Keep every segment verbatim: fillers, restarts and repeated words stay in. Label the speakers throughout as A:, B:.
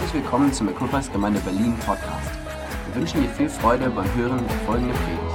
A: Herzlich willkommen zum Equippers Gemeinde Berlin Podcast. Wir wünschen dir viel Freude beim Hören der folgenden Predigt.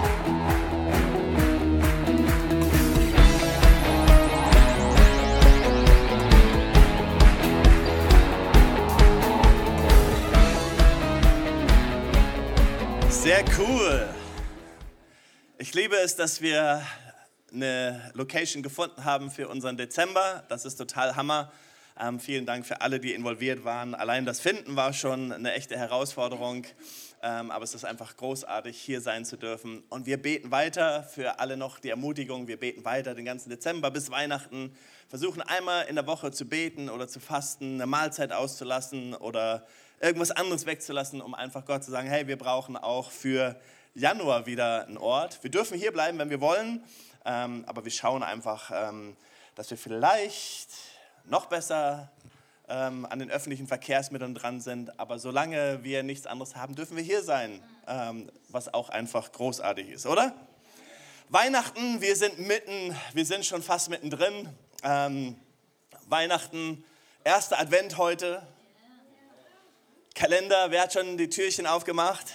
B: Sehr cool. Ich liebe es, dass wir eine Location gefunden haben für unseren Dezember. Das ist total Hammer. Ähm, vielen Dank für alle, die involviert waren. Allein das Finden war schon eine echte Herausforderung. Ähm, aber es ist einfach großartig, hier sein zu dürfen. Und wir beten weiter für alle noch die Ermutigung. Wir beten weiter den ganzen Dezember bis Weihnachten. Versuchen einmal in der Woche zu beten oder zu fasten, eine Mahlzeit auszulassen oder irgendwas anderes wegzulassen, um einfach Gott zu sagen, hey, wir brauchen auch für Januar wieder einen Ort. Wir dürfen hier bleiben, wenn wir wollen. Ähm, aber wir schauen einfach, ähm, dass wir vielleicht noch besser ähm, an den öffentlichen Verkehrsmitteln dran sind. Aber solange wir nichts anderes haben, dürfen wir hier sein, ähm, was auch einfach großartig ist, oder? Weihnachten, wir sind mitten, wir sind schon fast mittendrin. Ähm, Weihnachten, erster Advent heute. Kalender, wer hat schon die Türchen aufgemacht?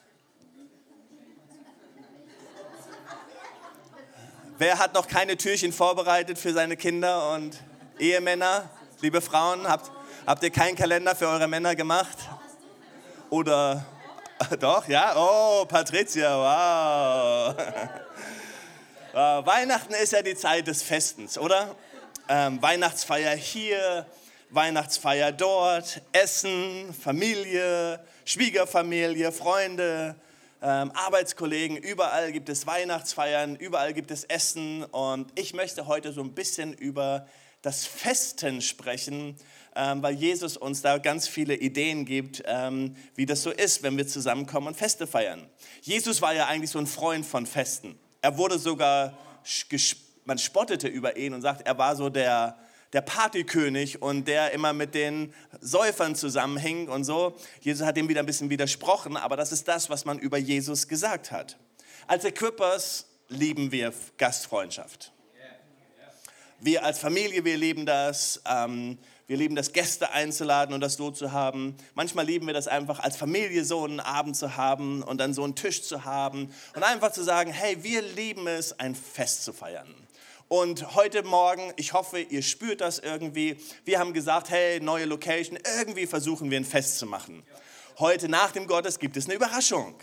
B: Wer hat noch keine Türchen vorbereitet für seine Kinder und Ehemänner? Liebe Frauen, habt, habt ihr keinen Kalender für eure Männer gemacht? Oder, doch, ja? Oh, Patricia, wow. wow. Weihnachten ist ja die Zeit des Festens, oder? Ähm, Weihnachtsfeier hier, Weihnachtsfeier dort, Essen, Familie, Schwiegerfamilie, Freunde, ähm, Arbeitskollegen, überall gibt es Weihnachtsfeiern, überall gibt es Essen und ich möchte heute so ein bisschen über das Festen sprechen, ähm, weil Jesus uns da ganz viele Ideen gibt, ähm, wie das so ist, wenn wir zusammenkommen und Feste feiern. Jesus war ja eigentlich so ein Freund von Festen. Er wurde sogar, man spottete über ihn und sagt, er war so der der Partykönig und der immer mit den Säufern zusammenhing und so. Jesus hat ihm wieder ein bisschen widersprochen, aber das ist das, was man über Jesus gesagt hat. Als Equippers lieben wir Gastfreundschaft. Wir als Familie, wir lieben das. Ähm, wir lieben das, Gäste einzuladen und das so zu haben. Manchmal lieben wir das einfach, als Familie so einen Abend zu haben und dann so einen Tisch zu haben und einfach zu sagen, hey, wir lieben es, ein Fest zu feiern. Und heute Morgen, ich hoffe, ihr spürt das irgendwie. Wir haben gesagt, hey, neue Location, irgendwie versuchen wir ein Fest zu machen. Heute nach dem Gottes gibt es eine Überraschung.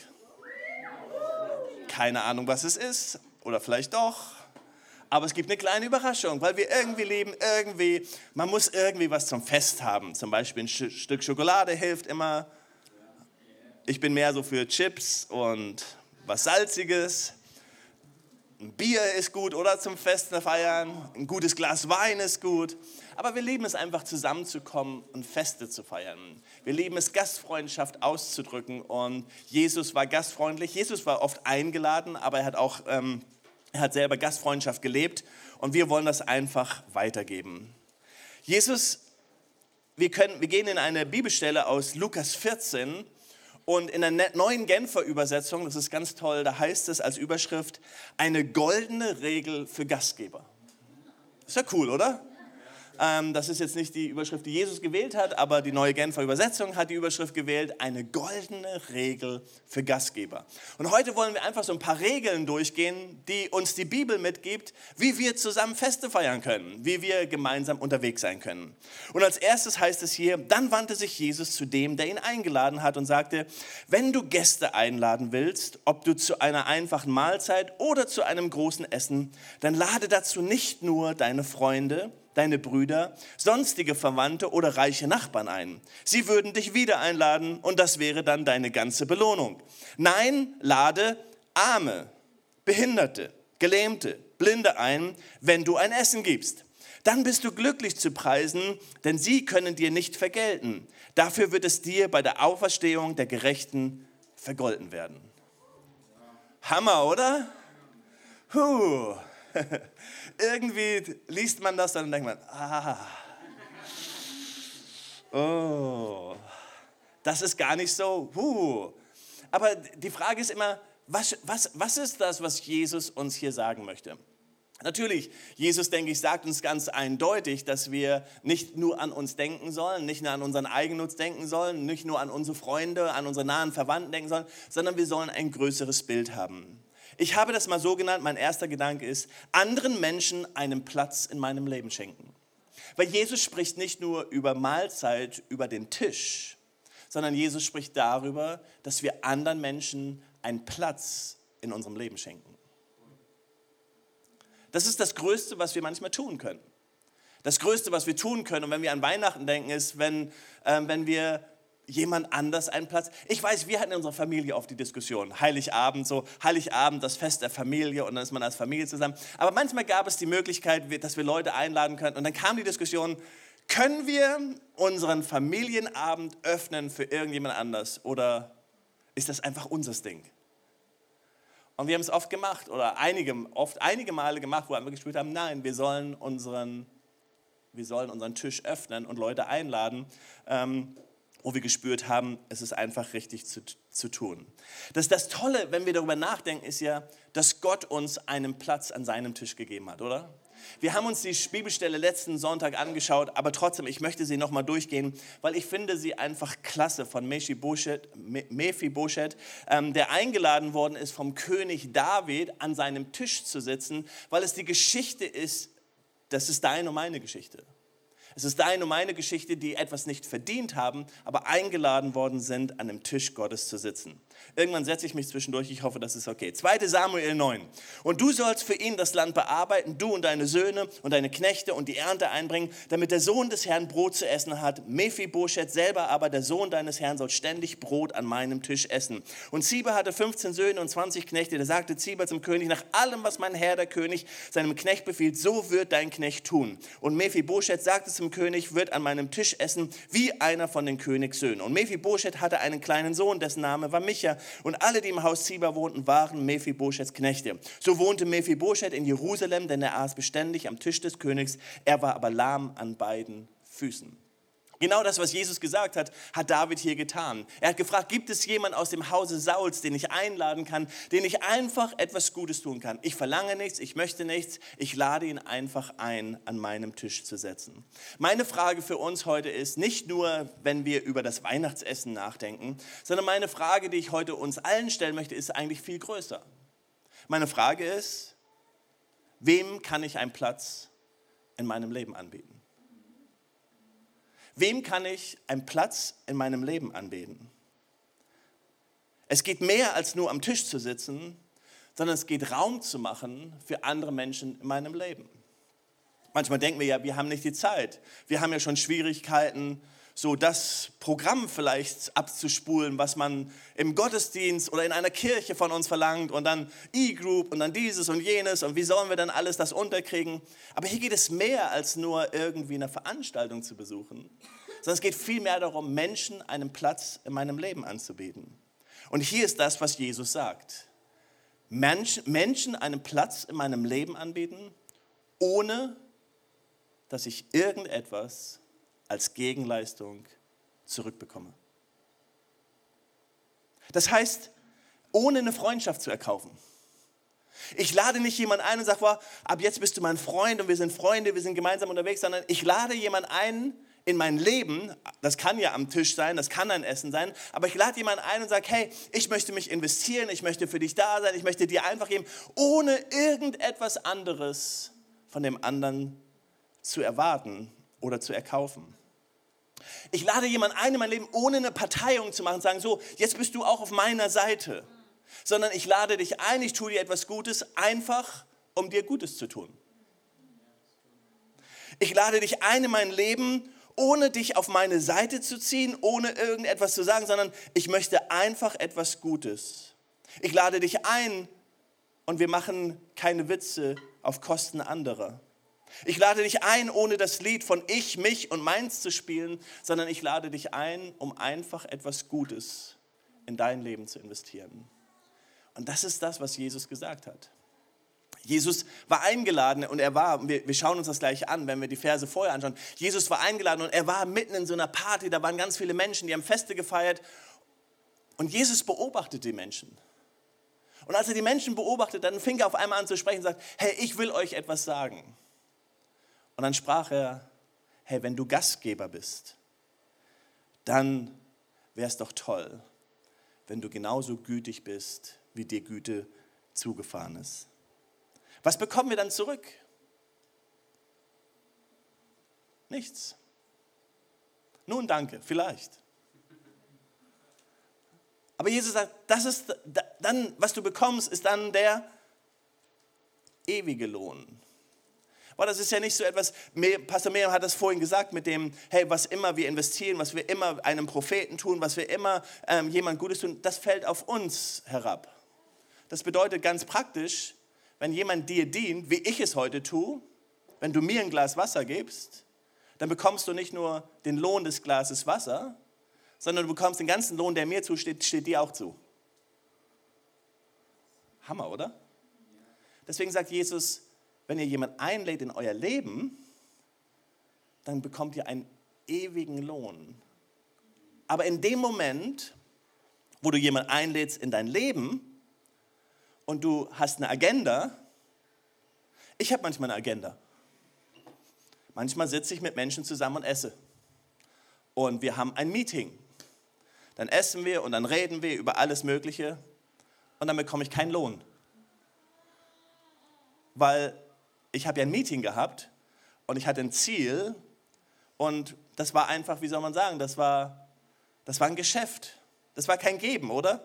B: Keine Ahnung, was es ist, oder vielleicht doch. Aber es gibt eine kleine Überraschung, weil wir irgendwie leben, irgendwie, man muss irgendwie was zum Fest haben. Zum Beispiel ein Stück Schokolade hilft immer. Ich bin mehr so für Chips und was Salziges. Ein Bier ist gut, oder zum Fest feiern. Ein gutes Glas Wein ist gut. Aber wir lieben es einfach, zusammenzukommen und Feste zu feiern. Wir lieben es, Gastfreundschaft auszudrücken. Und Jesus war gastfreundlich. Jesus war oft eingeladen, aber er hat auch, ähm, er hat selber Gastfreundschaft gelebt. Und wir wollen das einfach weitergeben. Jesus, wir, können, wir gehen in eine Bibelstelle aus Lukas vierzehn. Und in der neuen Genfer Übersetzung, das ist ganz toll, da heißt es als Überschrift, eine goldene Regel für Gastgeber. Ist ja cool, oder? Ähm, das ist jetzt nicht die Überschrift, die Jesus gewählt hat, aber die neue Genfer Übersetzung hat die Überschrift gewählt, eine goldene Regel für Gastgeber. Und heute wollen wir einfach so ein paar Regeln durchgehen, die uns die Bibel mitgibt, wie wir zusammen Feste feiern können, wie wir gemeinsam unterwegs sein können. Und als erstes heißt es hier, dann wandte sich Jesus zu dem, der ihn eingeladen hat und sagte, wenn du Gäste einladen willst, ob du zu einer einfachen Mahlzeit oder zu einem großen Essen, dann lade dazu nicht nur deine Freunde, deine Brüder, sonstige Verwandte oder reiche Nachbarn ein. Sie würden dich wieder einladen und das wäre dann deine ganze Belohnung. Nein, lade Arme, Behinderte, Gelähmte, Blinde ein, wenn du ein Essen gibst. Dann bist du glücklich zu preisen, denn sie können dir nicht vergelten. Dafür wird es dir bei der Auferstehung der Gerechten vergolten werden. Hammer, oder? Huh. Irgendwie liest man das dann und denkt man, ah, oh, das ist gar nicht so, huh. Aber die Frage ist immer, was, was, was ist das, was Jesus uns hier sagen möchte? Natürlich, Jesus, denke ich, sagt uns ganz eindeutig, dass wir nicht nur an uns denken sollen, nicht nur an unseren Eigennutz denken sollen, nicht nur an unsere Freunde, an unsere nahen Verwandten denken sollen, sondern wir sollen ein größeres Bild haben. Ich habe das mal so genannt, mein erster Gedanke ist, anderen Menschen einen Platz in meinem Leben schenken. Weil Jesus spricht nicht nur über Mahlzeit, über den Tisch, sondern Jesus spricht darüber, dass wir anderen Menschen einen Platz in unserem Leben schenken. Das ist das Größte, was wir manchmal tun können. Das Größte, was wir tun können, und wenn wir an Weihnachten denken, ist, wenn, äh, wenn wir jemand anders einen Platz... Ich weiß, wir hatten in unserer Familie oft die Diskussion, Heiligabend, so Heiligabend, das Fest der Familie und dann ist man als Familie zusammen. Aber manchmal gab es die Möglichkeit, dass wir Leute einladen könnten und dann kam die Diskussion, können wir unseren Familienabend öffnen für irgendjemand anders oder ist das einfach unser Ding? Und wir haben es oft gemacht oder einige, oft einige Male gemacht, wo wir gespürt haben, nein, wir sollen unseren, wir sollen unseren Tisch öffnen und Leute einladen, ähm, wo wir gespürt haben, es ist einfach richtig zu, zu tun. Das, das Tolle, wenn wir darüber nachdenken, ist ja, dass Gott uns einen Platz an seinem Tisch gegeben hat, oder? Wir haben uns die Bibelstelle letzten Sonntag angeschaut, aber trotzdem, ich möchte sie nochmal durchgehen, weil ich finde sie einfach klasse von Mephibosheth, Mephibosheth, ähm, der eingeladen worden ist vom König David, an seinem Tisch zu sitzen, weil es die Geschichte ist, das ist deine und meine Geschichte. Es ist deine und meine Geschichte, die etwas nicht verdient haben, aber eingeladen worden sind, an dem Tisch Gottes zu sitzen. Irgendwann setze ich mich zwischendurch, ich hoffe, das ist okay. zweiter Samuel neun. Und du sollst für ihn das Land bearbeiten, du und deine Söhne und deine Knechte und die Ernte einbringen, damit der Sohn des Herrn Brot zu essen hat. Mephibosheth selber aber, der Sohn deines Herrn, soll ständig Brot an meinem Tisch essen. Und Ziba hatte fünfzehn Söhne und zwanzig Knechte. Da sagte Ziba zum König, nach allem, was mein Herr, der König, seinem Knecht befiehlt, so wird dein Knecht tun. Und Mephibosheth sagte zum König, wird an meinem Tisch essen, wie einer von den Königssöhnen. Und Mephibosheth hatte einen kleinen Sohn, dessen Name war Micha. Und alle, die im Haus Ziba wohnten, waren Mephibosheths Knechte. So wohnte Mephibosheth in Jerusalem, denn er aß beständig am Tisch des Königs. Er war aber lahm an beiden Füßen. Genau das, was Jesus gesagt hat, hat David hier getan. Er hat gefragt, gibt es jemanden aus dem Hause Sauls, den ich einladen kann, den ich einfach etwas Gutes tun kann? Ich verlange nichts, ich möchte nichts, ich lade ihn einfach ein, an meinem Tisch zu setzen. Meine Frage für uns heute ist, nicht nur, wenn wir über das Weihnachtsessen nachdenken, sondern meine Frage, die ich heute uns allen stellen möchte, ist eigentlich viel größer. Meine Frage ist, wem kann ich einen Platz in meinem Leben anbieten? Wem kann ich einen Platz in meinem Leben anbieten? Es geht mehr als nur am Tisch zu sitzen, sondern es geht Raum zu machen für andere Menschen in meinem Leben. Manchmal denken wir ja, wir haben nicht die Zeit. Wir haben ja schon Schwierigkeiten, so das Programm vielleicht abzuspulen, was man im Gottesdienst oder in einer Kirche von uns verlangt und dann E-Group und dann dieses und jenes und wie sollen wir dann alles das unterkriegen. Aber hier geht es mehr als nur irgendwie eine Veranstaltung zu besuchen, sondern es geht vielmehr darum, Menschen einen Platz in meinem Leben anzubieten. Und hier ist das, was Jesus sagt. Menschen, Menschen einen Platz in meinem Leben anbieten, ohne dass ich irgendetwas als Gegenleistung zurückbekomme. Das heißt, ohne eine Freundschaft zu erkaufen. Ich lade nicht jemanden ein und sage, wow, ab jetzt bist du mein Freund und wir sind Freunde, wir sind gemeinsam unterwegs, sondern ich lade jemanden ein in mein Leben, das kann ja am Tisch sein, das kann ein Essen sein, aber ich lade jemanden ein und sage, hey, ich möchte mich investieren, ich möchte für dich da sein, ich möchte dir einfach geben, ohne irgendetwas anderes von dem anderen zu erwarten oder zu erkaufen. Ich lade jemanden ein in mein Leben, ohne eine Parteiung zu machen, sagen, so, jetzt bist du auch auf meiner Seite. Sondern ich lade dich ein, ich tue dir etwas Gutes, einfach um dir Gutes zu tun. Ich lade dich ein in mein Leben, ohne dich auf meine Seite zu ziehen, ohne irgendetwas zu sagen, sondern ich möchte einfach etwas Gutes. Ich lade dich ein und wir machen keine Witze auf Kosten anderer. Ich lade dich ein, ohne das Lied von ich, mich und meins zu spielen, sondern ich lade dich ein, um einfach etwas Gutes in dein Leben zu investieren. Und das ist das, was Jesus gesagt hat. Jesus war eingeladen und er war, wir, wir schauen uns das gleich an, wenn wir die Verse vorher anschauen. Jesus war eingeladen und er war mitten in so einer Party, da waren ganz viele Menschen, die haben Feste gefeiert und Jesus beobachtet die Menschen. Und als er die Menschen beobachtet, dann fing er auf einmal an zu sprechen und sagt, hey, ich will euch etwas sagen. Und dann sprach er, hey, wenn du Gastgeber bist, dann wäre es doch toll, wenn du genauso gütig bist, wie dir Güte zugefahren ist. Was bekommen wir dann zurück? Nichts. Nun, danke, vielleicht. Aber Jesus sagt, das ist dann, was du bekommst, ist dann der ewige Lohn. Aber das ist ja nicht so etwas, Pastor Miriam hat das vorhin gesagt, mit dem, hey, was immer wir investieren, was wir immer einem Propheten tun, was wir immer ähm, jemand Gutes tun, das fällt auf uns herab. Das bedeutet ganz praktisch, wenn jemand dir dient, wie ich es heute tue, wenn du mir ein Glas Wasser gibst, dann bekommst du nicht nur den Lohn des Glases Wasser, sondern du bekommst den ganzen Lohn, der mir zusteht, steht dir auch zu. Hammer, oder? Deswegen sagt Jesus, wenn ihr jemanden einlädt in euer Leben, dann bekommt ihr einen ewigen Lohn. Aber in dem Moment, wo du jemanden einlädst in dein Leben und du hast eine Agenda, ich habe manchmal eine Agenda. Manchmal sitze ich mit Menschen zusammen und esse. Und wir haben ein Meeting. Dann essen wir und dann reden wir über alles Mögliche und dann bekomme ich keinen Lohn. Weil ich habe ja ein Meeting gehabt und ich hatte ein Ziel und das war einfach, wie soll man sagen, das war, das war ein Geschäft. Das war kein Geben, oder?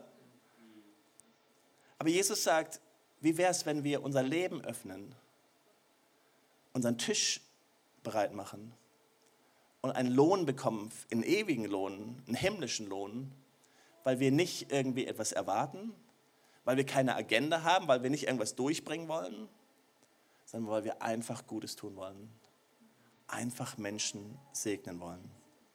B: Aber Jesus sagt, wie wäre es, wenn wir unser Leben öffnen, unseren Tisch bereit machen und einen Lohn bekommen, einen ewigen Lohn, einen himmlischen Lohn, weil wir nicht irgendwie etwas erwarten, weil wir keine Agenda haben, weil wir nicht irgendwas durchbringen wollen, sondern weil wir einfach Gutes tun wollen, einfach Menschen segnen wollen.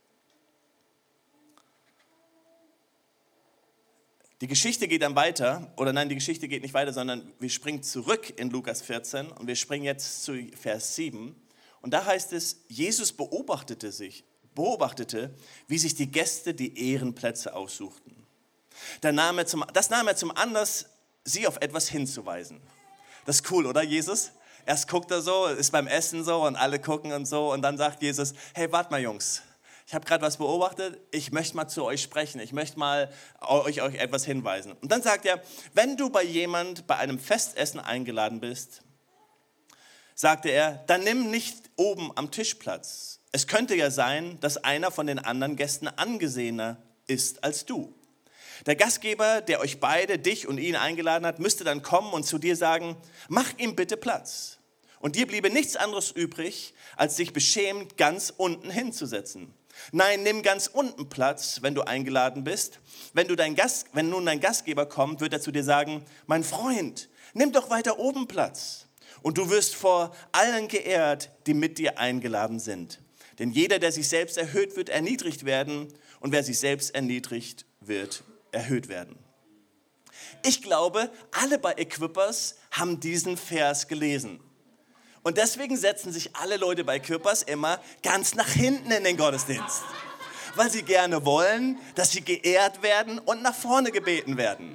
B: Die Geschichte geht dann weiter, oder nein, die Geschichte geht nicht weiter, sondern wir springen zurück in Lukas vierzehn und wir springen jetzt zu Vers sieben. Und da heißt es, Jesus beobachtete sich, beobachtete, wie sich die Gäste die Ehrenplätze aussuchten. Da nahm er zum, das nahm er zum Anlass, sie auf etwas hinzuweisen. Das ist cool, oder Jesus? Erst guckt er so, ist beim Essen so und alle gucken und so und dann sagt Jesus, hey, wart mal Jungs, ich habe gerade was beobachtet, ich möchte mal zu euch sprechen, ich möchte mal euch, euch etwas hinweisen. Und dann sagt er, wenn du bei jemand bei einem Festessen eingeladen bist, sagte er, dann nimm nicht oben am Tisch Platz. Es könnte ja sein, dass einer von den anderen Gästen angesehener ist als du. Der Gastgeber, der euch beide, dich und ihn eingeladen hat, müsste dann kommen und zu dir sagen, mach ihm bitte Platz. Und dir bliebe nichts anderes übrig, als dich beschämend ganz unten hinzusetzen. Nein, nimm ganz unten Platz, wenn du eingeladen bist. Wenn, du dein Gast, wenn nun dein Gastgeber kommt, wird er zu dir sagen, mein Freund, nimm doch weiter oben Platz. Und du wirst vor allen geehrt, die mit dir eingeladen sind. Denn jeder, der sich selbst erhöht, wird erniedrigt werden. Und wer sich selbst erniedrigt, wird erhöht werden. Ich glaube, alle bei Equippers haben diesen Vers gelesen. Und deswegen setzen sich alle Leute bei Equippers immer ganz nach hinten in den Gottesdienst. Weil sie gerne wollen, dass sie geehrt werden und nach vorne gebeten werden.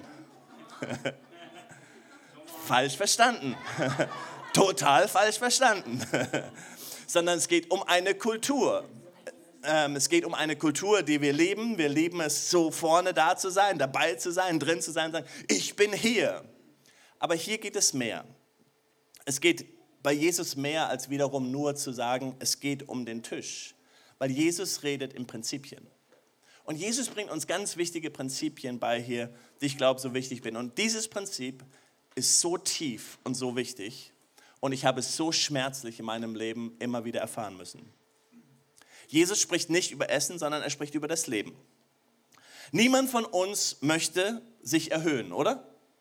B: Falsch verstanden. Total falsch verstanden. Sondern es geht um eine Kultur. Ähm, es geht um eine Kultur, die wir leben. Wir lieben es, so vorne da zu sein, dabei zu sein, drin zu sein, sagen, ich bin hier. Aber hier geht es mehr. Es geht bei Jesus mehr als wiederum nur zu sagen, es geht um den Tisch. Weil Jesus redet in Prinzipien. Und Jesus bringt uns ganz wichtige Prinzipien bei hier, die ich glaube so wichtig sind. Und dieses Prinzip ist so tief und so wichtig. Und ich habe es so schmerzlich in meinem Leben immer wieder erfahren müssen. Jesus spricht nicht über Essen, sondern er spricht über das Leben. Niemand von uns möchte sich erhöhen, oder?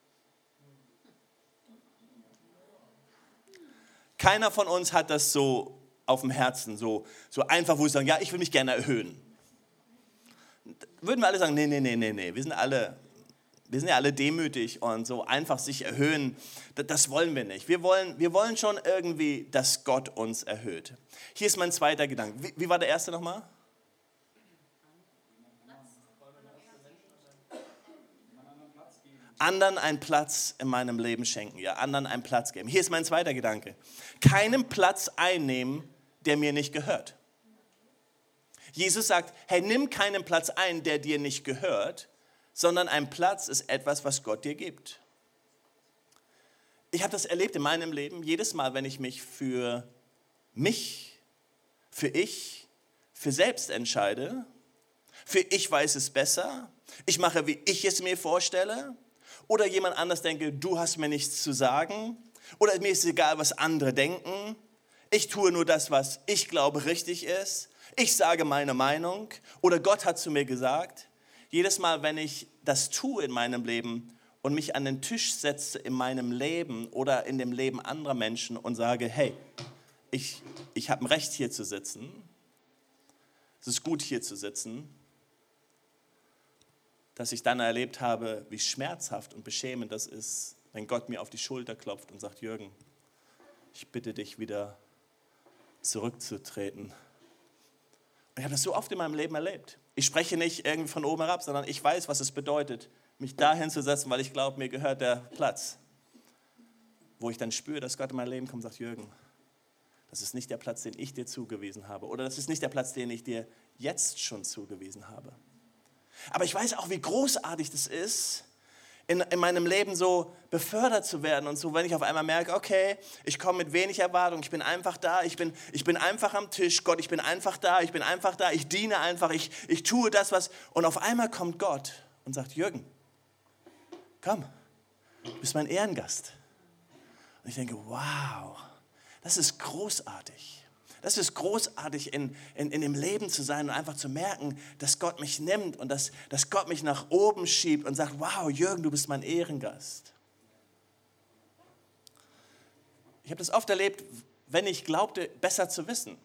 B: Keiner von uns hat das so auf dem Herzen, so, so einfach, wo wir sagen, ja, ich will mich gerne erhöhen. Würden wir alle sagen, nee, nee, nee, nee, nee, wir sind alle, wir sind ja alle demütig und so einfach sich erhöhen, das, das wollen wir nicht. Wir wollen, wir wollen schon irgendwie, dass Gott uns erhöht. Hier ist mein zweiter Gedanke. Wie, wie war der erste nochmal? Anderen einen Platz in meinem Leben schenken, ja, anderen einen Platz geben. Hier ist mein zweiter Gedanke. Keinen Platz einnehmen, der mir nicht gehört. Jesus sagt, hey, nimm keinen Platz ein, der dir nicht gehört, sondern ein Platz ist etwas, was Gott dir gibt. Ich habe das erlebt in meinem Leben, jedes Mal, wenn ich mich für mich, für ich, für selbst entscheide, für ich weiß es besser, ich mache, wie ich es mir vorstelle, oder jemand anders denke, du hast mir nichts zu sagen, oder mir ist egal, was andere denken, ich tue nur das, was ich glaube richtig ist, ich sage meine Meinung, oder Gott hat zu mir gesagt. Jedes Mal, wenn ich das tue in meinem Leben und mich an den Tisch setze in meinem Leben oder in dem Leben anderer Menschen und sage, hey, ich, ich habe ein Recht hier zu sitzen, es ist gut hier zu sitzen, dass ich dann erlebt habe, wie schmerzhaft und beschämend das ist, wenn Gott mir auf die Schulter klopft und sagt, Jürgen, ich bitte dich wieder zurückzutreten. Ich habe das so oft in meinem Leben erlebt. Ich spreche nicht irgendwie von oben herab, sondern ich weiß, was es bedeutet, mich dahin zu setzen, weil ich glaube, mir gehört der Platz. Wo ich dann spüre, dass Gott in mein Leben kommt und sagt, Jürgen, das ist nicht der Platz, den ich dir zugewiesen habe. Oder das ist nicht der Platz, den ich dir jetzt schon zugewiesen habe. Aber ich weiß auch, wie großartig das ist, in, in meinem Leben so befördert zu werden und so, wenn ich auf einmal merke, okay, ich komme mit wenig Erwartung, ich bin einfach da, ich bin, ich bin einfach am Tisch, Gott, ich bin einfach da, ich bin einfach da, ich diene einfach, ich, ich tue das, was, und auf einmal kommt Gott und sagt, Jürgen, komm, du bist mein Ehrengast. Und ich denke, wow, das ist großartig. Das ist großartig, in, in, in dem Leben zu sein und einfach zu merken, dass Gott mich nimmt und dass, dass Gott mich nach oben schiebt und sagt, wow, Jürgen, du bist mein Ehrengast. Ich habe das oft erlebt, wenn ich glaubte, besser zu wissen.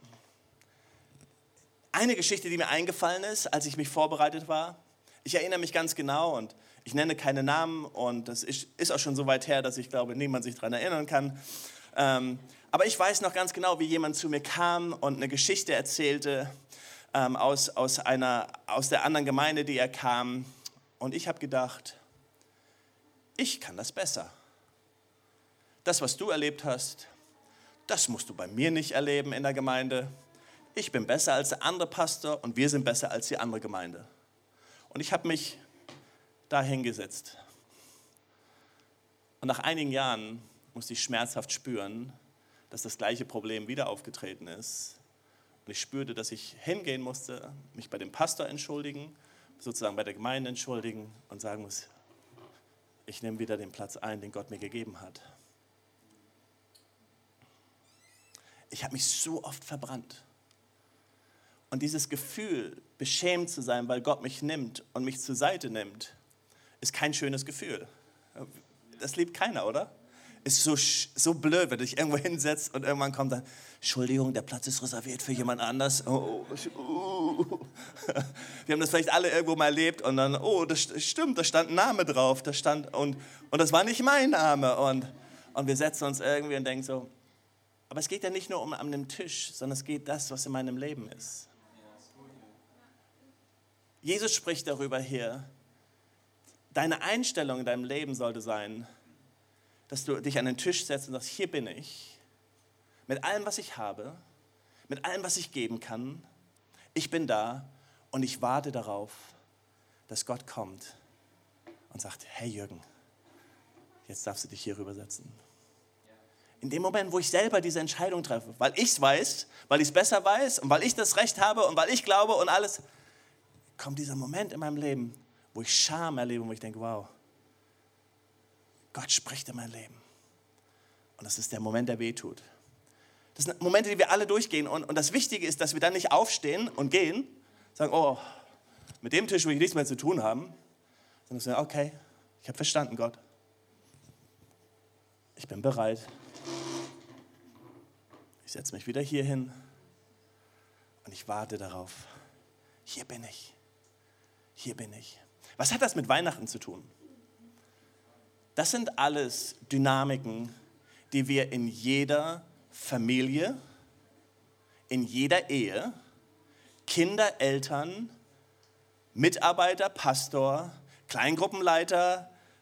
B: Eine Geschichte, die mir eingefallen ist, als ich mich vorbereitet war, ich erinnere mich ganz genau und ich nenne keine Namen und das ist, ist auch schon so weit her, dass ich glaube, niemand sich daran erinnern kann. Ähm, aber ich weiß noch ganz genau, wie jemand zu mir kam und eine Geschichte erzählte ähm, aus, aus, einer, aus der anderen Gemeinde, die er kam. Und ich habe gedacht, ich kann das besser. Das, was du erlebt hast, das musst du bei mir nicht erleben in der Gemeinde. Ich bin besser als der andere Pastor und wir sind besser als die andere Gemeinde. Und ich habe mich da hingesetzt. Und nach einigen Jahren musste ich schmerzhaft spüren, dass das gleiche Problem wieder aufgetreten ist. Und ich spürte, dass ich hingehen musste, mich bei dem Pastor entschuldigen, sozusagen bei der Gemeinde entschuldigen und sagen muss, ich nehme wieder den Platz ein, den Gott mir gegeben hat. Ich habe mich so oft verbrannt. Und dieses Gefühl, beschämt zu sein, weil Gott mich nimmt und mich zur Seite nimmt, ist kein schönes Gefühl. Das liebt keiner, oder? Ist so, so blöd, wenn du dich irgendwo hinsetzt und irgendwann kommt dann, Entschuldigung, der Platz ist reserviert für jemand anders. Oh, oh. Wir haben das vielleicht alle irgendwo mal erlebt und dann, oh, das stimmt, da stand ein Name drauf, da stand, und, und das war nicht mein Name. Und, und wir setzen uns irgendwie und denken so, aber es geht ja nicht nur um an dem Tisch, sondern es geht das, was in meinem Leben ist. Jesus spricht darüber hier, deine Einstellung in deinem Leben sollte sein, dass du dich an den Tisch setzt und sagst, hier bin ich, mit allem, was ich habe, mit allem, was ich geben kann. Ich bin da und ich warte darauf, dass Gott kommt und sagt, hey Jürgen, jetzt darfst du dich hier rübersetzen. In dem Moment, wo ich selber diese Entscheidung treffe, weil ich es weiß, weil ich es besser weiß und weil ich das Recht habe und weil ich glaube und alles, kommt dieser Moment in meinem Leben, wo ich Scham erlebe und wo ich denke, wow, Gott spricht in mein Leben. Und das ist der Moment, der weh tut. Das sind Momente, die wir alle durchgehen. Und, und das Wichtige ist, dass wir dann nicht aufstehen und gehen, sagen, oh, mit dem Tisch will ich nichts mehr zu tun haben. Sondern sagen, okay, ich habe verstanden, Gott. Ich bin bereit. Ich setze mich wieder hier hin und ich warte darauf. Hier bin ich. Hier bin ich. Was hat das mit Weihnachten zu tun? Das sind alles Dynamiken, die wir in jeder Familie, in jeder Ehe, Kinder, Eltern, Mitarbeiter, Pastor, Kleingruppenleiter,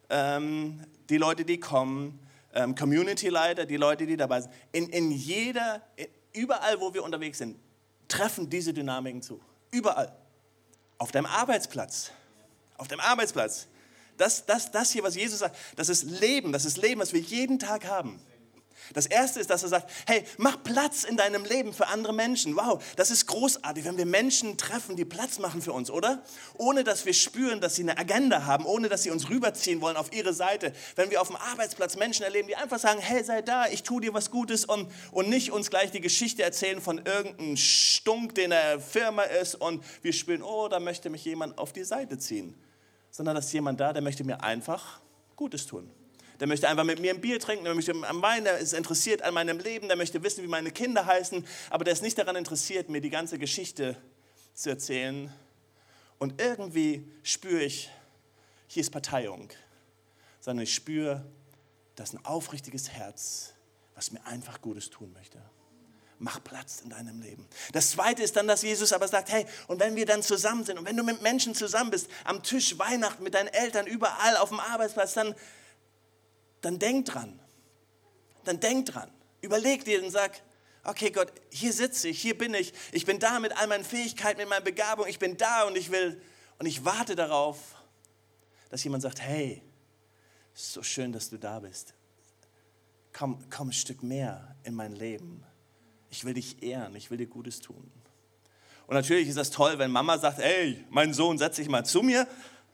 B: ähm, die Leute, die kommen, ähm, Community-Leiter, die Leute, die dabei sind. In, in jeder, in, überall, wo wir unterwegs sind, treffen diese Dynamiken zu. Überall. Auf deinem Arbeitsplatz. Auf deinem Arbeitsplatz. Das, das, das hier, was Jesus sagt, das ist Leben, das ist Leben, was wir jeden Tag haben. Das Erste ist, dass er sagt, hey, mach Platz in deinem Leben für andere Menschen. Wow, das ist großartig, wenn wir Menschen treffen, die Platz machen für uns, oder? Ohne, dass wir spüren, dass sie eine Agenda haben, ohne, dass sie uns rüberziehen wollen auf ihre Seite. Wenn wir auf dem Arbeitsplatz Menschen erleben, die einfach sagen, hey, sei da, ich tue dir was Gutes und, und nicht uns gleich die Geschichte erzählen von irgendeinem Stunk, der in der Firma ist und wir spüren, oh, da möchte mich jemand auf die Seite ziehen. Sondern da ist jemand da, der möchte mir einfach Gutes tun. Der möchte einfach mit mir ein Bier trinken, der möchte am Wein, der ist interessiert an meinem Leben, der möchte wissen, wie meine Kinder heißen, aber der ist nicht daran interessiert, mir die ganze Geschichte zu erzählen. Und irgendwie spüre ich, hier ist Parteiung, sondern ich spüre, das ist ein aufrichtiges Herz, was mir einfach Gutes tun möchte. Mach Platz in deinem Leben. Das Zweite ist dann, dass Jesus aber sagt, hey, und wenn wir dann zusammen sind und wenn du mit Menschen zusammen bist, am Tisch, Weihnachten, mit deinen Eltern, überall auf dem Arbeitsplatz, dann dann denk dran, dann denk dran, überleg dir und sag, okay Gott, hier sitze ich, hier bin ich, ich bin da mit all meinen Fähigkeiten, mit meiner Begabung, ich bin da und ich will, und ich warte darauf, dass jemand sagt, hey, ist so schön, dass du da bist, komm, komm ein Stück mehr in mein Leben, ich will dich ehren, ich will dir Gutes tun. Und natürlich ist das toll, wenn Mama sagt, hey, mein Sohn, setz dich mal zu mir.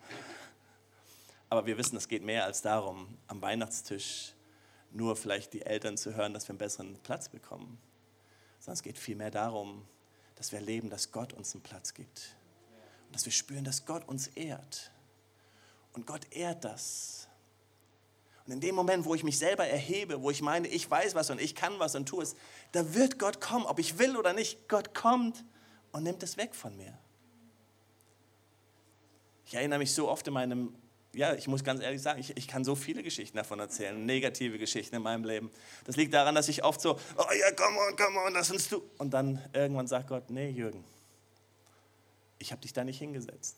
B: Aber wir wissen, es geht mehr als darum, am Weihnachtstisch nur vielleicht die Eltern zu hören, dass wir einen besseren Platz bekommen. Sondern es geht vielmehr darum, dass wir erleben, dass Gott uns einen Platz gibt. Und dass wir spüren, dass Gott uns ehrt. Und Gott ehrt das. Und in dem Moment, wo ich mich selber erhebe, wo ich meine, ich weiß was und ich kann was und tue es, da wird Gott kommen, ob ich will oder nicht. Gott kommt und nimmt es weg von mir. Ich erinnere mich so oft in meinem Ja, ich muss ganz ehrlich sagen, ich, ich kann so viele Geschichten davon erzählen, negative Geschichten in meinem Leben. Das liegt daran, dass ich oft so, oh ja, komm on, komm on, lass uns du. Und dann irgendwann sagt Gott, nee, Jürgen, ich habe dich da nicht hingesetzt.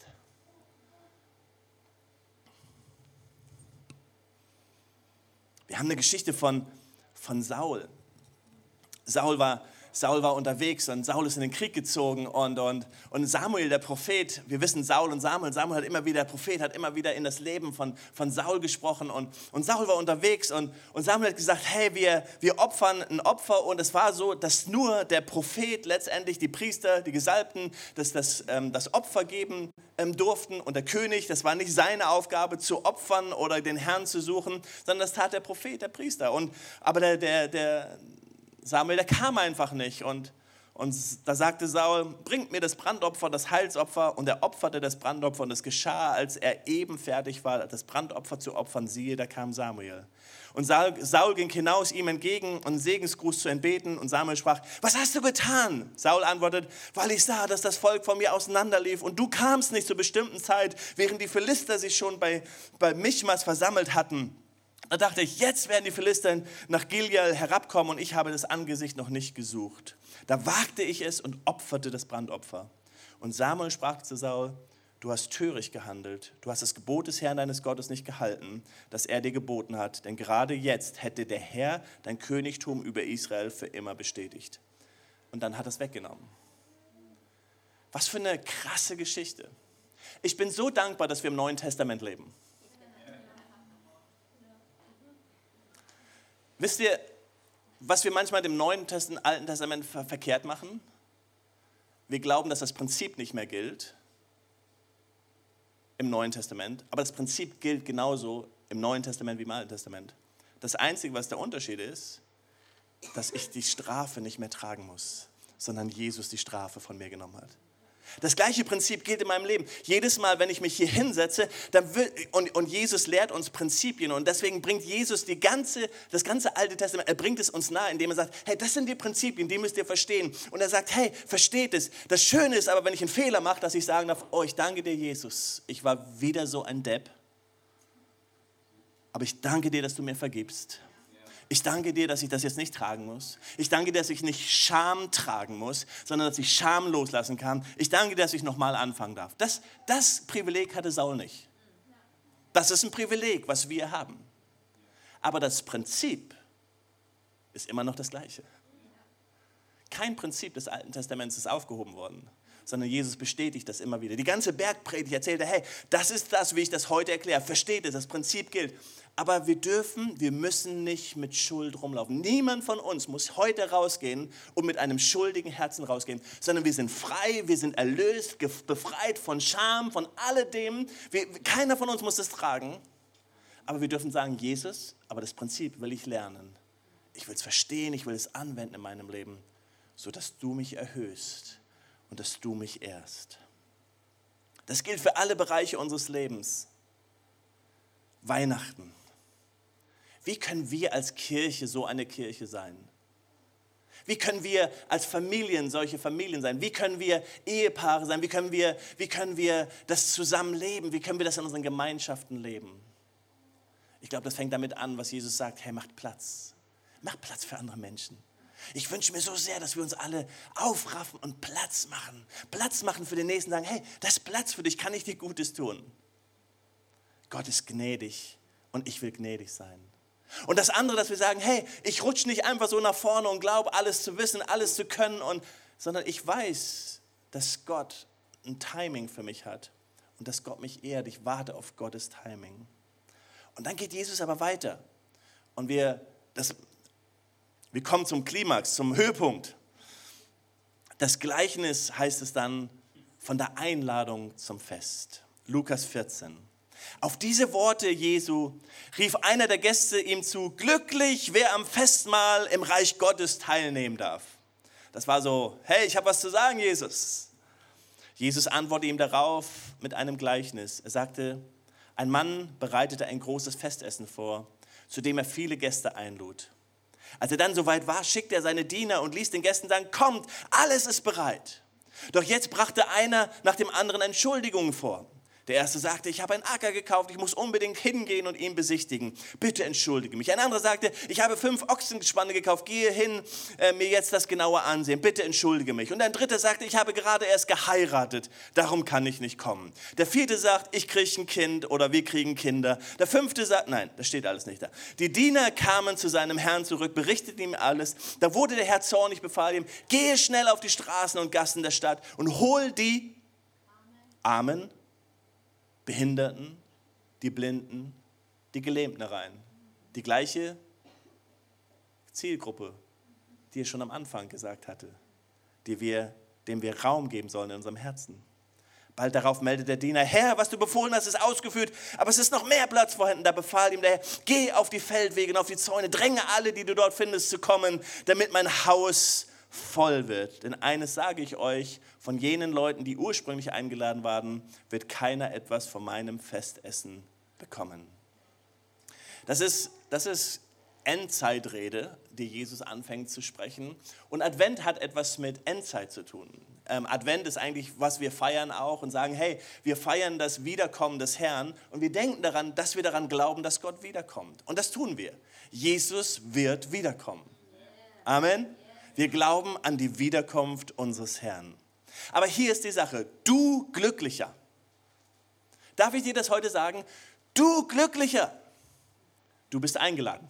B: Wir haben eine Geschichte von, von Saul. Saul war... Saul war unterwegs und Saul ist in den Krieg gezogen und, und, und Samuel, der Prophet, wir wissen Saul und Samuel, Samuel hat immer wieder, der Prophet hat immer wieder in das Leben von, von Saul gesprochen und, und Saul war unterwegs und, und Samuel hat gesagt, hey, wir, wir opfern ein Opfer und es war so, dass nur der Prophet letztendlich, die Priester, die Gesalbten, das, das, ähm, das Opfer geben ähm, durften und der König, das war nicht seine Aufgabe zu opfern oder den Herrn zu suchen, sondern das tat der Prophet, der Priester. Und, aber der, der, der Samuel, der kam einfach nicht und, und da sagte Saul, bringt mir das Brandopfer, das Heilsopfer und er opferte das Brandopfer und es geschah, als er eben fertig war, das Brandopfer zu opfern, siehe, da kam Samuel. Und Saul, Saul ging hinaus ihm entgegen, um einen Segensgruß zu entbeten und Samuel sprach, was hast du getan? Saul antwortet, weil ich sah, dass das Volk von mir auseinanderlief und du kamst nicht zur bestimmten Zeit, während die Philister sich schon bei, bei Michmas versammelt hatten. Da dachte ich, jetzt werden die Philister nach Gilgal herabkommen und ich habe das Angesicht noch nicht gesucht. Da wagte ich es und opferte das Brandopfer. Und Samuel sprach zu Saul, du hast töricht gehandelt, du hast das Gebot des Herrn deines Gottes nicht gehalten, das er dir geboten hat, denn gerade jetzt hätte der Herr dein Königtum über Israel für immer bestätigt. Und dann hat er es weggenommen. Was für eine krasse Geschichte. Ich bin so dankbar, dass wir im Neuen Testament leben. Wisst ihr, was wir manchmal im Neuen Testament, Alten Testament ver- verkehrt machen? Wir glauben, dass das Prinzip nicht mehr gilt im Neuen Testament, aber das Prinzip gilt genauso im Neuen Testament wie im Alten Testament. Das Einzige, was der Unterschied ist, dass ich die Strafe nicht mehr tragen muss, sondern Jesus die Strafe von mir genommen hat. Das gleiche Prinzip gilt in meinem Leben. Jedes Mal, wenn ich mich hier hinsetze, dann will, und, und Jesus lehrt uns Prinzipien und deswegen bringt Jesus die ganze, das ganze Alte Testament, er bringt es uns nahe, indem er sagt, hey, das sind die Prinzipien, die müsst ihr verstehen. Und er sagt, hey, versteht es. Das Schöne ist aber, wenn ich einen Fehler mache, dass ich sagen darf, oh, ich danke dir, Jesus. Ich war wieder so ein Depp, aber ich danke dir, dass du mir vergibst. Ich danke dir, dass ich das jetzt nicht tragen muss. Ich danke dir, dass ich nicht Scham tragen muss, sondern dass ich Scham loslassen kann. Ich danke dir, dass ich nochmal anfangen darf. Das, das Privileg hatte Saul nicht. Das ist ein Privileg, was wir haben. Aber das Prinzip ist immer noch das Gleiche. Kein Prinzip des Alten Testaments ist aufgehoben worden, sondern Jesus bestätigt das immer wieder. Die ganze Bergpredigt erzählt er, hey, das ist das, wie ich das heute erkläre. Versteht es, das Prinzip gilt. Aber wir dürfen, wir müssen nicht mit Schuld rumlaufen. Niemand von uns muss heute rausgehen und mit einem schuldigen Herzen rausgehen, sondern wir sind frei, wir sind erlöst, befreit von Scham, von alledem. Wir, keiner von uns muss das tragen. Aber wir dürfen sagen, Jesus, aber das Prinzip will ich lernen. Ich will es verstehen, ich will es anwenden in meinem Leben, sodass du mich erhöhst und dass du mich ehrst. Das gilt für alle Bereiche unseres Lebens. Weihnachten. Wie können wir als Kirche so eine Kirche sein? Wie können wir als Familien solche Familien sein? Wie können wir Ehepaare sein? Wie können wir, wie können wir das zusammenleben? Wie können wir das in unseren Gemeinschaften leben? Ich glaube, das fängt damit an, was Jesus sagt, hey, macht Platz. Macht Platz für andere Menschen. Ich wünsche mir so sehr, dass wir uns alle aufraffen und Platz machen. Platz machen für den Nächsten, sagen, hey, das ist Platz für dich, kann ich dir Gutes tun. Gott ist gnädig und ich will gnädig sein. Und das andere, dass wir sagen, hey, ich rutsche nicht einfach so nach vorne und glaube, alles zu wissen, alles zu können, und, sondern ich weiß, dass Gott ein Timing für mich hat und dass Gott mich ehrt. Ich warte auf Gottes Timing. Und dann geht Jesus aber weiter und wir, das, wir kommen zum Klimax, zum Höhepunkt. Das Gleichnis heißt es dann von der Einladung zum Fest. Lukas vierzehn. Auf diese Worte Jesu rief einer der Gäste ihm zu, glücklich, wer am Festmahl im Reich Gottes teilnehmen darf. Das war so, hey, ich habe was zu sagen, Jesus. Jesus antwortete ihm darauf mit einem Gleichnis. Er sagte, ein Mann bereitete ein großes Festessen vor, zu dem er viele Gäste einlud. Als er dann soweit war, schickte er seine Diener und ließ den Gästen sagen, kommt, alles ist bereit. Doch jetzt brachte einer nach dem anderen Entschuldigungen vor. Der erste sagte, ich habe einen Acker gekauft, ich muss unbedingt hingehen und ihn besichtigen. Bitte entschuldige mich. Ein anderer sagte, ich habe fünf Ochsengespanne gekauft, gehe hin, äh, mir jetzt das genauer ansehen. Bitte entschuldige mich. Und ein dritter sagte, ich habe gerade erst geheiratet, darum kann ich nicht kommen. Der vierte sagt, ich kriege ein Kind oder wir kriegen Kinder. Der fünfte sagt, nein, das steht alles nicht da. Die Diener kamen zu seinem Herrn zurück, berichteten ihm alles. Da wurde der Herr zornig, befahl ihm, gehe schnell auf die Straßen und Gassen der Stadt und hol die Armen, Behinderten, die Blinden, die Gelähmten rein. Die gleiche Zielgruppe, die er schon am Anfang gesagt hatte, die wir, dem wir Raum geben sollen in unserem Herzen. Bald darauf meldet der Diener, Herr, was du befohlen hast, ist ausgeführt, aber es ist noch mehr Platz vorhanden. Da befahl ihm der Herr, geh auf die Feldwege und auf die Zäune, dränge alle, die du dort findest, zu kommen, damit mein Haus voll wird. Denn eines sage ich euch, von jenen Leuten, die ursprünglich eingeladen waren, wird keiner etwas von meinem Festessen bekommen. Das ist, das ist Endzeitrede, die Jesus anfängt zu sprechen. Und Advent hat etwas mit Endzeit zu tun. Ähm, Advent ist eigentlich, was wir feiern auch und sagen, hey, wir feiern das Wiederkommen des Herrn und wir denken daran, dass wir daran glauben, dass Gott wiederkommt. Und das tun wir. Jesus wird wiederkommen. Amen. Wir glauben an die Wiederkunft unseres Herrn. Aber hier ist die Sache, du Glücklicher. Darf ich dir das heute sagen? Du Glücklicher. Du bist eingeladen.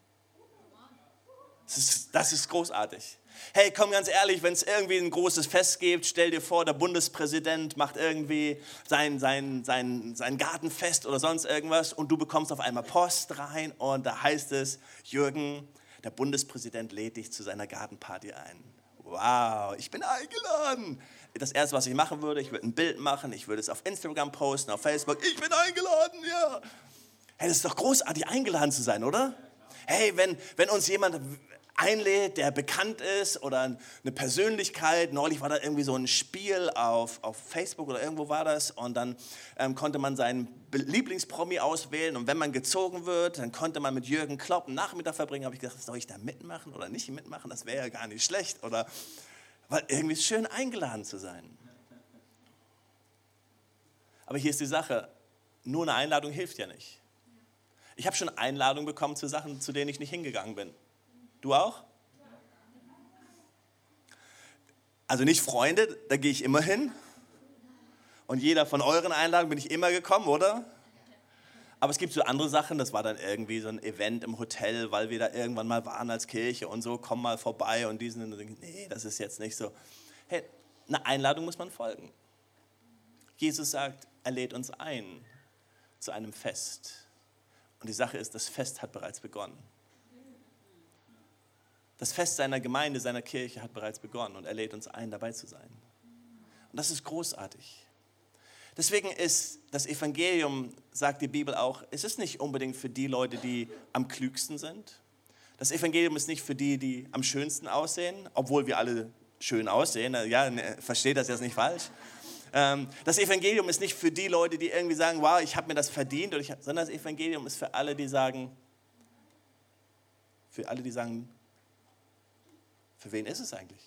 B: Das ist, das ist großartig. Hey, komm ganz ehrlich, wenn es irgendwie ein großes Fest gibt, stell dir vor, der Bundespräsident macht irgendwie sein, sein, sein, sein Gartenfest oder sonst irgendwas und du bekommst auf einmal Post rein und da heißt es, Jürgen, der Bundespräsident lädt dich zu seiner Gartenparty ein. Wow, ich bin eingeladen. Das Erste, was ich machen würde, ich würde ein Bild machen, ich würde es auf Instagram posten, auf Facebook. Ich bin eingeladen, ja. Hey, das ist doch großartig, eingeladen zu sein, oder? Hey, wenn, wenn uns jemand einlädt, der bekannt ist oder eine Persönlichkeit. Neulich war da irgendwie so ein Spiel auf, auf Facebook oder irgendwo war das und dann ähm, konnte man seinen Lieblingspromi auswählen und wenn man gezogen wird, dann konnte man mit Jürgen Klopp einen Nachmittag verbringen. Habe ich gedacht, soll ich da mitmachen oder nicht mitmachen? Das wäre ja gar nicht schlecht. Oder, weil irgendwie ist es schön, eingeladen zu sein. Aber hier ist die Sache, nur eine Einladung hilft ja nicht. Ich habe schon Einladungen bekommen zu Sachen, zu denen ich nicht hingegangen bin. Du auch? Also nicht Freunde, da gehe ich immer hin. Und jeder von euren Einladungen bin ich immer gekommen, oder? Aber es gibt so andere Sachen, das war dann irgendwie so ein Event im Hotel, weil wir da irgendwann mal waren als Kirche und so, komm mal vorbei und die sind, nee, das ist jetzt nicht so. Hey, eine Einladung muss man folgen. Jesus sagt, er lädt uns ein zu einem Fest. Und die Sache ist, das Fest hat bereits begonnen. Das Fest seiner Gemeinde, seiner Kirche hat bereits begonnen und er lädt uns ein, dabei zu sein. Und das ist großartig. Deswegen ist das Evangelium, sagt die Bibel auch, es ist nicht unbedingt für die Leute, die am klügsten sind. Das Evangelium ist nicht für die, die am schönsten aussehen, obwohl wir alle schön aussehen. Ja, versteht das jetzt nicht falsch. Das Evangelium ist nicht für die Leute, die irgendwie sagen, wow, ich habe mir das verdient, oder ich, sondern das Evangelium ist für alle, die sagen, für alle, die sagen, für wen ist es eigentlich?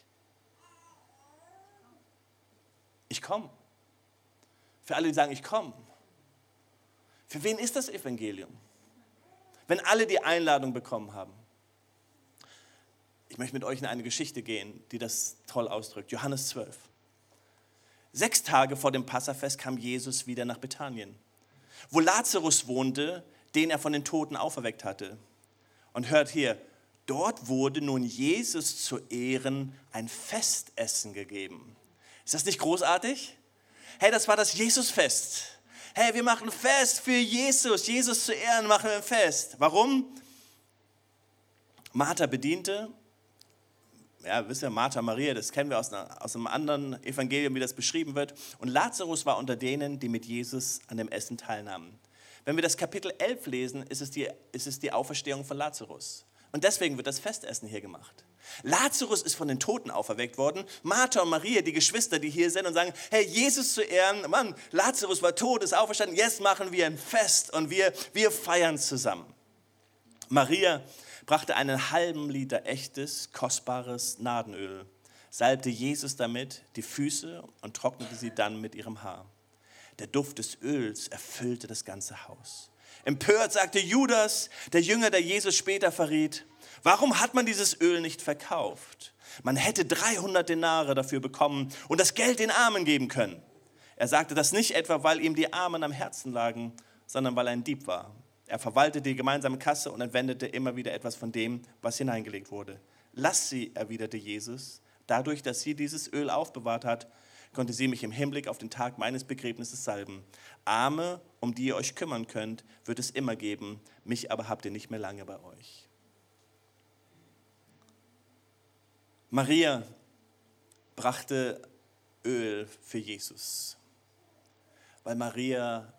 B: Ich komme. Für alle, die sagen, ich komme. Für wen ist das Evangelium? Wenn alle die Einladung bekommen haben. Ich möchte mit euch in eine Geschichte gehen, die das toll ausdrückt. Johannes zwölf. Sechs Tage vor dem Passafest kam Jesus wieder nach Bethanien, wo Lazarus wohnte, den er von den Toten auferweckt hatte. Und hört hier, dort wurde nun Jesus zu Ehren ein Festessen gegeben. Ist das nicht großartig? Hey, das war das Jesusfest. Hey, wir machen ein Fest für Jesus. Jesus zu Ehren machen wir ein Fest. Warum? Martha bediente. Ja, wisst ihr, Martha, Maria, das kennen wir aus, einer, aus einem anderen Evangelium, wie das beschrieben wird. Und Lazarus war unter denen, die mit Jesus an dem Essen teilnahmen. Wenn wir das Kapitel elf lesen, ist es die, ist es die Auferstehung von Lazarus. Und deswegen wird das Festessen hier gemacht. Lazarus ist von den Toten auferweckt worden. Martha und Maria, die Geschwister, die hier sind und sagen, hey, Jesus zu ehren, Mann, Lazarus war tot, ist auferstanden, jetzt machen wir ein Fest und wir, wir feiern zusammen. Maria brachte einen halben Liter echtes, kostbares Nadenöl, salbte Jesus damit die Füße und trocknete sie dann mit ihrem Haar. Der Duft des Öls erfüllte das ganze Haus. Empört sagte Judas, der Jünger, der Jesus später verriet, warum hat man dieses Öl nicht verkauft? Man hätte dreihundert Denare dafür bekommen und das Geld den Armen geben können. Er sagte das nicht etwa, weil ihm die Armen am Herzen lagen, sondern weil er ein Dieb war. Er verwaltete die gemeinsame Kasse und entwendete immer wieder etwas von dem, was hineingelegt wurde. Lass sie, erwiderte Jesus. Dadurch, dass sie dieses Öl aufbewahrt hat, konnte sie mich im Hinblick auf den Tag meines Begräbnisses salben. Arme, um die ihr euch kümmern könnt, wird es immer geben. Mich aber habt ihr nicht mehr lange bei euch. Maria brachte Öl für Jesus, weil Maria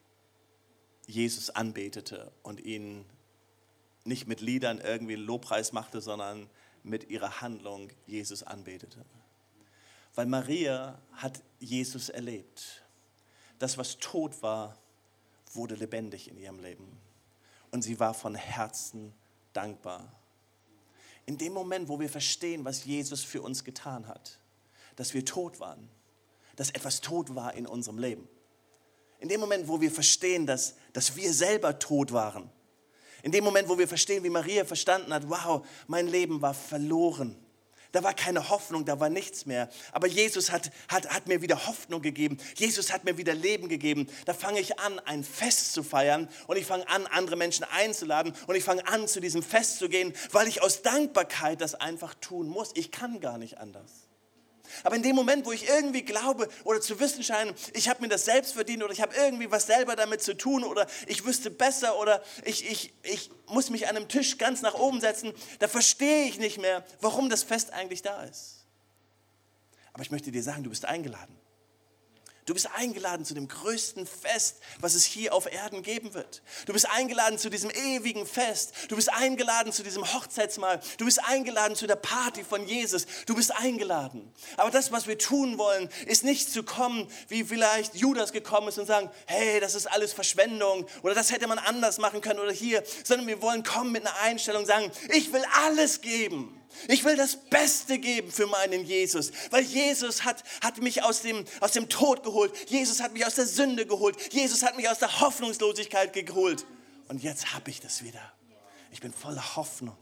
B: Jesus anbetete und ihn nicht mit Liedern irgendwie Lobpreis machte, sondern mit ihrer Handlung Jesus anbetete. Weil Maria hat Jesus erlebt. Das, was tot war, wurde lebendig in ihrem Leben. Und sie war von Herzen dankbar. In dem Moment, wo wir verstehen, was Jesus für uns getan hat, dass wir tot waren, dass etwas tot war in unserem Leben. In dem Moment, wo wir verstehen, dass, dass wir selber tot waren. In dem Moment, wo wir verstehen, wie Maria verstanden hat, wow, mein Leben war verloren. Da war keine Hoffnung, da war nichts mehr. Aber Jesus hat, hat, hat mir wieder Hoffnung gegeben. Jesus hat mir wieder Leben gegeben. Da fange ich an, ein Fest zu feiern. Und ich fange an, andere Menschen einzuladen. Und ich fange an, zu diesem Fest zu gehen, weil ich aus Dankbarkeit das einfach tun muss. Ich kann gar nicht anders. Aber in dem Moment, wo ich irgendwie glaube oder zu wissen scheine, ich habe mir das selbst verdient oder ich habe irgendwie was selber damit zu tun oder ich wüsste besser oder ich, ich, ich muss mich an einem Tisch ganz nach oben setzen, da verstehe ich nicht mehr, warum das Fest eigentlich da ist. Aber ich möchte dir sagen, du bist eingeladen. Du bist eingeladen zu dem größten Fest, was es hier auf Erden geben wird. Du bist eingeladen zu diesem ewigen Fest. Du bist eingeladen zu diesem Hochzeitsmahl. Du bist eingeladen zu der Party von Jesus. Du bist eingeladen. Aber das, was wir tun wollen, ist nicht zu kommen, wie vielleicht Judas gekommen ist und sagen, hey, das ist alles Verschwendung oder das hätte man anders machen können oder hier, sondern wir wollen kommen mit einer Einstellung und sagen, ich will alles geben. Ich will das Beste geben für meinen Jesus, weil Jesus hat, hat mich aus dem, aus dem Tod geholt. Jesus hat mich aus der Sünde geholt. Jesus hat mich aus der Hoffnungslosigkeit geholt. Und jetzt habe ich das wieder. Ich bin voller Hoffnung.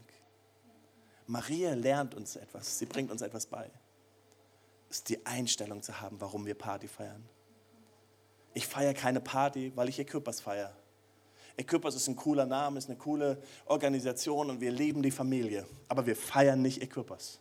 B: Maria lernt uns etwas. Sie bringt uns etwas bei. Es ist die Einstellung zu haben, warum wir Party feiern. Ich feiere keine Party, weil ich ihr Körpers feiere. Equippers ist ein cooler Name, ist eine coole Organisation und wir lieben die Familie. Aber wir feiern nicht Equippers.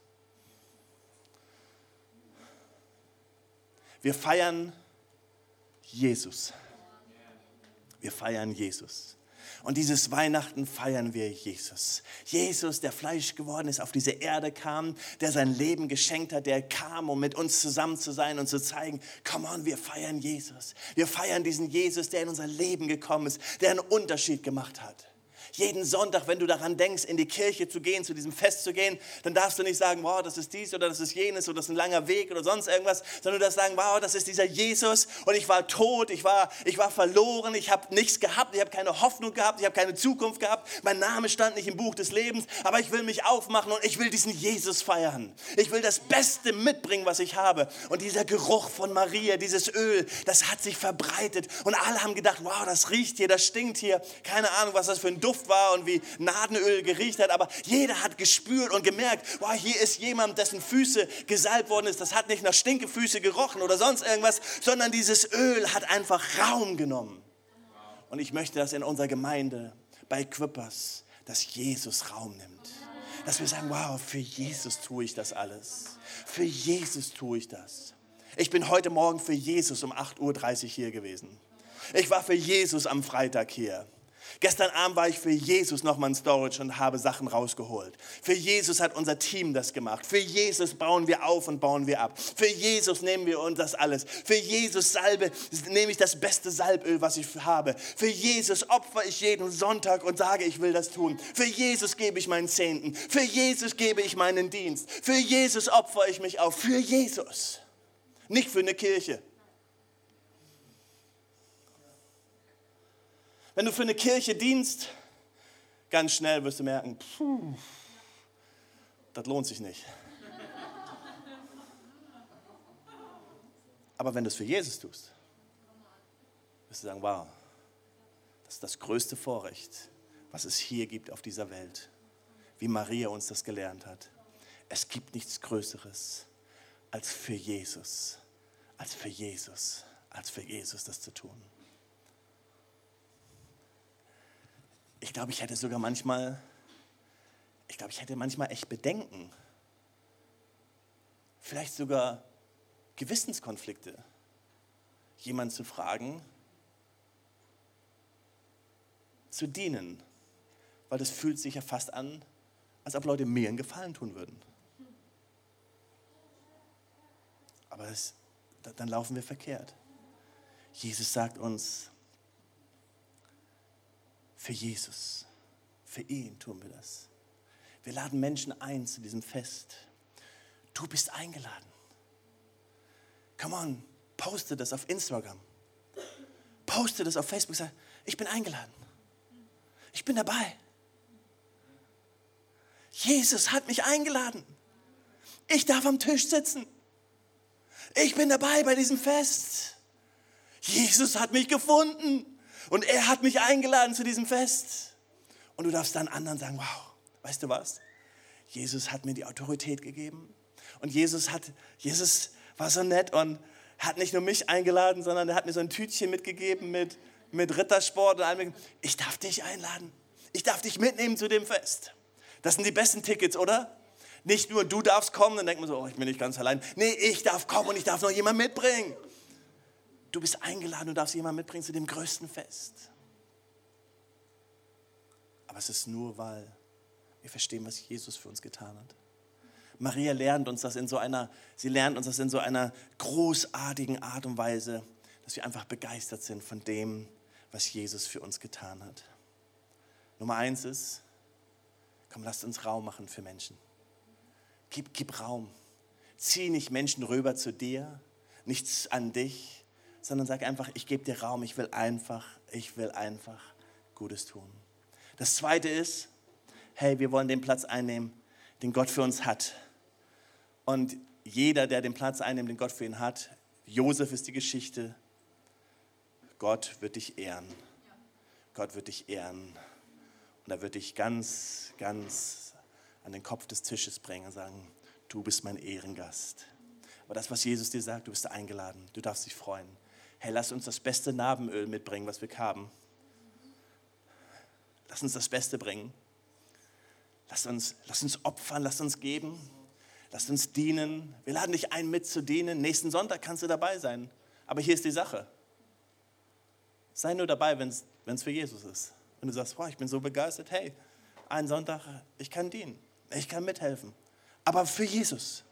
B: Wir feiern Jesus. Wir feiern Jesus. Und dieses Weihnachten feiern wir Jesus. Jesus, der Fleisch geworden ist, auf diese Erde kam, der sein Leben geschenkt hat, der kam, um mit uns zusammen zu sein und zu zeigen, come on, wir feiern Jesus. Wir feiern diesen Jesus, der in unser Leben gekommen ist, der einen Unterschied gemacht hat. Jeden Sonntag, wenn du daran denkst, in die Kirche zu gehen, zu diesem Fest zu gehen, dann darfst du nicht sagen, wow, das ist dies oder das ist jenes oder das ist ein langer Weg oder sonst irgendwas, sondern du darfst sagen, wow, das ist dieser Jesus und ich war tot, ich war, ich war verloren, ich habe nichts gehabt, ich habe keine Hoffnung gehabt, ich habe keine Zukunft gehabt, mein Name stand nicht im Buch des Lebens, aber ich will mich aufmachen und ich will diesen Jesus feiern. Ich will das Beste mitbringen, was ich habe. Und dieser Geruch von Maria, dieses Öl, das hat sich verbreitet und alle haben gedacht, wow, das riecht hier, das stinkt hier, keine Ahnung, was das für ein Duft war und wie Nadenöl geriecht hat, aber jeder hat gespürt und gemerkt, wow, hier ist jemand, dessen Füße gesalbt worden ist. Das hat nicht nach Stinkefüße gerochen oder sonst irgendwas, sondern dieses Öl hat einfach Raum genommen. Und ich möchte, dass in unserer Gemeinde bei Equippers, dass Jesus Raum nimmt. Dass wir sagen, wow, für Jesus tue ich das alles. Für Jesus tue ich das. Ich bin heute Morgen für Jesus um acht Uhr dreißig hier gewesen. Ich war für Jesus am Freitag hier. Gestern Abend war ich für Jesus nochmal in Storage und habe Sachen rausgeholt. Für Jesus hat unser Team das gemacht. Für Jesus bauen wir auf und bauen wir ab. Für Jesus nehmen wir uns das alles. Für Jesus Salbe nehme ich das beste Salböl, was ich habe. Für Jesus opfere ich jeden Sonntag und sage, ich will das tun. Für Jesus gebe ich meinen Zehnten. Für Jesus gebe ich meinen Dienst. Für Jesus opfere ich mich auf. Für Jesus. Nicht für eine Kirche. Wenn du für eine Kirche dienst, ganz schnell wirst du merken, puh, das lohnt sich nicht. Aber wenn du es für Jesus tust, wirst du sagen, wow, das ist das größte Vorrecht, was es hier gibt auf dieser Welt. Wie Maria uns das gelernt hat. Es gibt nichts Größeres, als für Jesus, als für Jesus, als für Jesus das zu tun. Ich glaube, ich hätte sogar manchmal, ich glaube, ich hätte manchmal echt Bedenken. Vielleicht sogar Gewissenskonflikte. Jemanden zu fragen, zu dienen. Weil das fühlt sich ja fast an, als ob Leute mir einen Gefallen tun würden. Aber das, dann laufen wir verkehrt. Jesus sagt uns, für Jesus, für ihn tun wir das. Wir laden Menschen ein zu diesem Fest. Du bist eingeladen. Come on, poste das auf Instagram. Poste das auf Facebook. Sag, ich bin eingeladen. Ich bin dabei. Jesus hat mich eingeladen. Ich darf am Tisch sitzen. Ich bin dabei bei diesem Fest. Jesus hat mich gefunden. Und er hat mich eingeladen zu diesem Fest. Und du darfst dann anderen sagen, wow, weißt du was? Jesus hat mir die Autorität gegeben. Und Jesus, hat, Jesus war so nett und hat nicht nur mich eingeladen, sondern er hat mir so ein Tütchen mitgegeben mit, mit Rittersport und allem. Ich darf dich einladen. Ich darf dich mitnehmen zu dem Fest. Das sind die besten Tickets, oder? Nicht nur du darfst kommen, dann denkt man so, oh, ich bin nicht ganz allein. Nee, ich darf kommen und ich darf noch jemanden mitbringen. Du bist eingeladen, du darfst jemanden mitbringen zu dem größten Fest. Aber es ist nur, weil wir verstehen, was Jesus für uns getan hat. Maria lernt uns das in so einer, sie lernt uns das in so einer großartigen Art und Weise, dass wir einfach begeistert sind von dem, was Jesus für uns getan hat. Nummer eins ist, komm, lasst uns Raum machen für Menschen. Gib, gib Raum. Zieh nicht Menschen rüber zu dir, nichts an dich, sondern sag einfach, ich gebe dir Raum, ich will einfach, ich will einfach Gutes tun. Das Zweite ist, hey, wir wollen den Platz einnehmen, den Gott für uns hat. Und jeder, der den Platz einnimmt, den Gott für ihn hat, Josef ist die Geschichte, Gott wird dich ehren. Gott wird dich ehren. Und er wird dich ganz, ganz an den Kopf des Tisches bringen und sagen, du bist mein Ehrengast. Aber das, was Jesus dir sagt, du bist eingeladen, du darfst dich freuen. Hey, lass uns das beste Narbenöl mitbringen, was wir haben. Lass uns das Beste bringen. Lass uns, lass uns opfern, lass uns geben. Lass uns dienen. Wir laden dich ein, mit zu dienen. Nächsten Sonntag kannst du dabei sein. Aber hier ist die Sache. Sei nur dabei, wenn es für Jesus ist. Wenn du sagst, wow, ich bin so begeistert, hey, einen Sonntag, ich kann dienen, ich kann mithelfen. Aber für Jesus.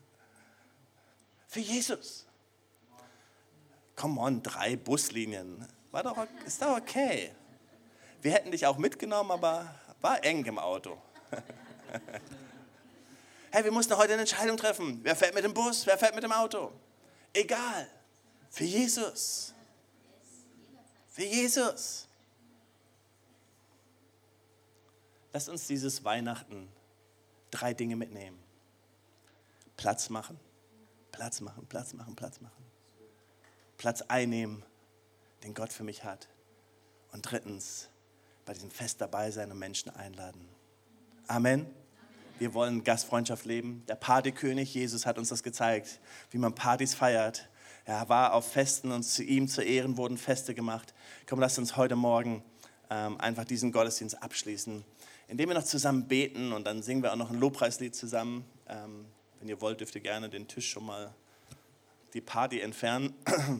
B: Für Jesus. Come on, drei Buslinien. War doch, ist doch okay. Wir hätten dich auch mitgenommen, aber war eng im Auto. Hey, wir mussten heute eine Entscheidung treffen. Wer fährt mit dem Bus, wer fährt mit dem Auto? Egal. Für Jesus. Für Jesus. Lass uns dieses Weihnachten drei Dinge mitnehmen. Platz machen, Platz machen, Platz machen, Platz machen. Platz einnehmen, den Gott für mich hat. Und drittens, bei diesem Fest dabei sein und Menschen einladen. Amen. Wir wollen Gastfreundschaft leben. Der Partykönig, Jesus, hat uns das gezeigt, wie man Partys feiert. Er war auf Festen und zu ihm zu Ehren wurden Feste gemacht. Komm, lasst uns heute Morgen ähm, einfach diesen Gottesdienst abschließen, indem wir noch zusammen beten und dann singen wir auch noch ein Lobpreislied zusammen. Ähm, wenn ihr wollt, dürft ihr gerne den Tisch schon mal, die Party entfernen.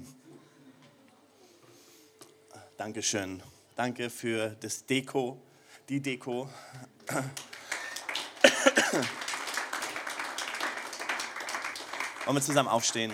B: Dankeschön. Danke für das Deko, die Deko. Wollen wir zusammen aufstehen?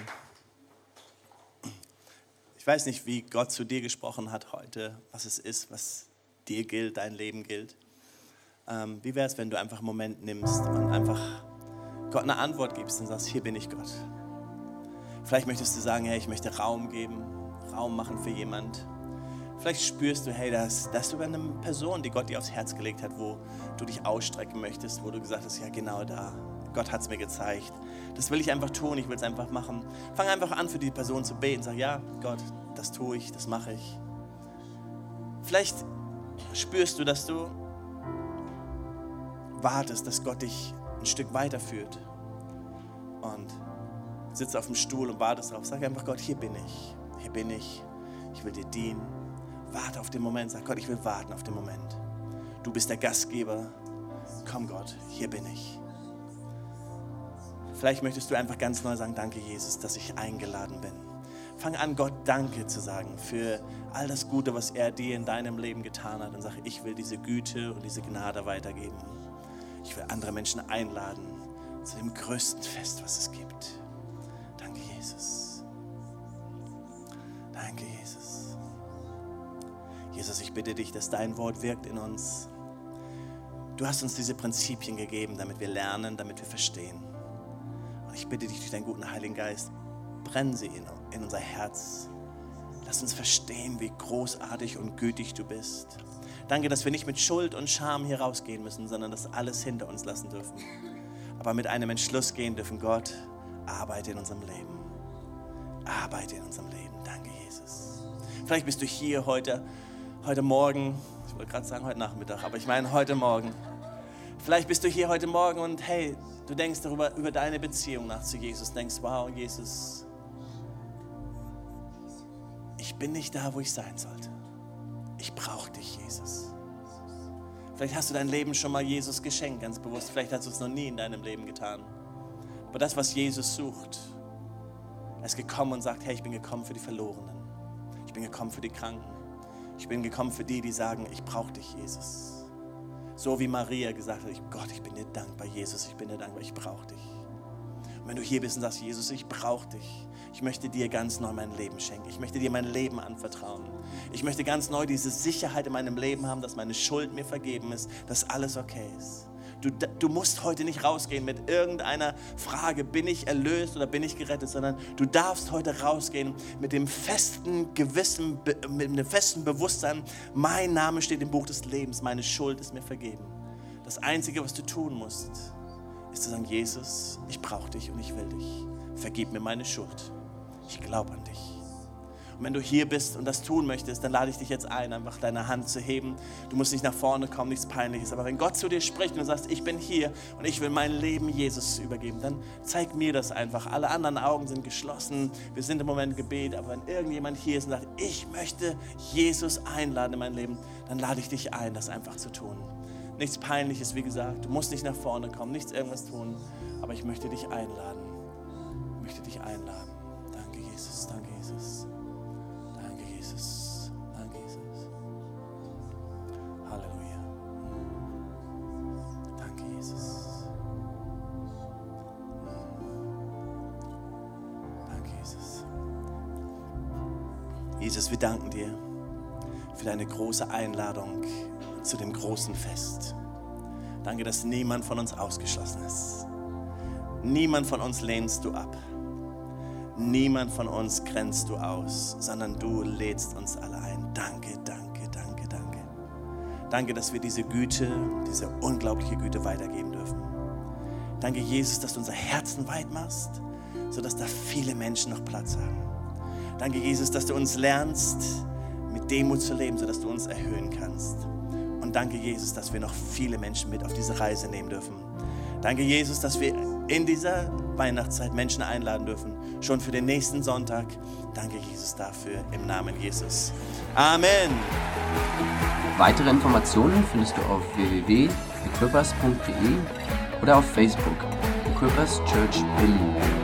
B: Ich weiß nicht, wie Gott zu dir gesprochen hat heute, was es ist, was dir gilt, dein Leben gilt. Ähm, wie wäre es, wenn du einfach einen Moment nimmst und einfach Gott eine Antwort gibst und sagst, hier bin ich Gott. Vielleicht möchtest du sagen, hey, ich möchte Raum geben, Raum machen für jemand. Vielleicht spürst du, hey, da ist sogar eine Person, die Gott dir aufs Herz gelegt hat, wo du dich ausstrecken möchtest, wo du gesagt hast, ja genau da. Gott hat es mir gezeigt. Das will ich einfach tun, ich will es einfach machen. Fang einfach an, für die Person zu beten. Sag, ja, Gott, das tue ich, das mache ich. Vielleicht spürst du, dass du wartest, dass Gott dich ein Stück weiterführt. Und sitzt auf dem Stuhl und wartest darauf. Sag einfach, Gott, hier bin ich. Hier bin ich. Ich will dir dienen. Warte auf den Moment. Sag, Gott, ich will warten auf den Moment. Du bist der Gastgeber. Komm, Gott, hier bin ich. Vielleicht möchtest du einfach ganz neu sagen, danke Jesus, dass ich eingeladen bin. Fang an, Gott Danke zu sagen für all das Gute, was er dir in deinem Leben getan hat. Und sag, ich will diese Güte und diese Gnade weitergeben. Ich will andere Menschen einladen zu dem größten Fest, was es gibt. Danke, Jesus. Danke, Jesus. Jesus, ich bitte dich, dass dein Wort wirkt in uns. Du hast uns diese Prinzipien gegeben, damit wir lernen, damit wir verstehen. Und ich bitte dich durch deinen guten Heiligen Geist, brenn sie in, in unser Herz. Lass uns verstehen, wie großartig und gütig du bist. Danke, dass wir nicht mit Schuld und Scham hier rausgehen müssen, sondern das alles hinter uns lassen dürfen. Aber mit einem Entschluss gehen dürfen, Gott, arbeite in unserem Leben. Arbeite in unserem Leben. Danke, Jesus. Vielleicht bist du hier heute, heute Morgen, ich wollte gerade sagen heute Nachmittag, aber ich meine heute Morgen. Vielleicht bist du hier heute Morgen und hey, du denkst darüber, über deine Beziehung nach zu Jesus, denkst, wow, Jesus, ich bin nicht da, wo ich sein sollte. Ich brauche dich, Jesus. Vielleicht hast du dein Leben schon mal Jesus geschenkt, ganz bewusst. Vielleicht hast du es noch nie in deinem Leben getan. Aber das, was Jesus sucht, er ist gekommen und sagt, hey, ich bin gekommen für die Verlorenen. Ich bin gekommen für die Kranken. Ich bin gekommen für die, die sagen, ich brauche dich, Jesus. So wie Maria gesagt hat, ich, Gott, ich bin dir dankbar, Jesus, ich bin dir dankbar, ich brauche dich. Und wenn du hier bist und sagst, Jesus, ich brauche dich, ich möchte dir ganz neu mein Leben schenken, ich möchte dir mein Leben anvertrauen. Ich möchte ganz neu diese Sicherheit in meinem Leben haben, dass meine Schuld mir vergeben ist, dass alles okay ist. Du, du musst heute nicht rausgehen mit irgendeiner Frage, bin ich erlöst oder bin ich gerettet, sondern du darfst heute rausgehen mit dem festen Gewissen, mit dem festen Bewusstsein, mein Name steht im Buch des Lebens, meine Schuld ist mir vergeben. Das Einzige, was du tun musst, ist zu sagen, Jesus, ich brauche dich und ich will dich. Vergib mir meine Schuld. Ich glaube an dich. Und Und wenn du hier bist und das tun möchtest, dann lade ich dich jetzt ein, einfach deine Hand zu heben. Du musst nicht nach vorne kommen, nichts Peinliches. Aber wenn Gott zu dir spricht und du sagst, ich bin hier und ich will mein Leben Jesus übergeben, dann zeig mir das einfach. Alle anderen Augen sind geschlossen. Wir sind im Moment im Gebet. Aber wenn irgendjemand hier ist und sagt, ich möchte Jesus einladen in mein Leben, dann lade ich dich ein, das einfach zu tun. Nichts Peinliches, wie gesagt. Du musst nicht nach vorne kommen, nichts irgendwas tun. Aber ich möchte dich einladen. Ich möchte dich einladen. Danke, Jesus. Danke, Jesus. Danke, Jesus. Danke, Jesus. Halleluja. Danke, Jesus. Danke, Jesus. Jesus, wir danken dir für deine große Einladung zu dem großen Fest. Danke, dass niemand von uns ausgeschlossen ist. Niemand von uns lehnst du ab. Niemand von uns grenzt du aus, sondern du lädst uns alle ein. Danke, danke, danke, danke. Danke, dass wir diese Güte, diese unglaubliche Güte weitergeben dürfen. Danke, Jesus, dass du unser Herzen weit machst, sodass da viele Menschen noch Platz haben. Danke, Jesus, dass du uns lernst, mit Demut zu leben, sodass du uns erhöhen kannst. Und danke, Jesus, dass wir noch viele Menschen mit auf diese Reise nehmen dürfen. Danke, Jesus, dass wir in dieser Weihnachtszeit Menschen einladen dürfen, schon für den nächsten Sonntag. Danke, Jesus, dafür im Namen Jesus. Amen.
A: Weitere Informationen findest du auf w w w punkt equippers punkt d e oder auf Facebook Equippers Church Berlin.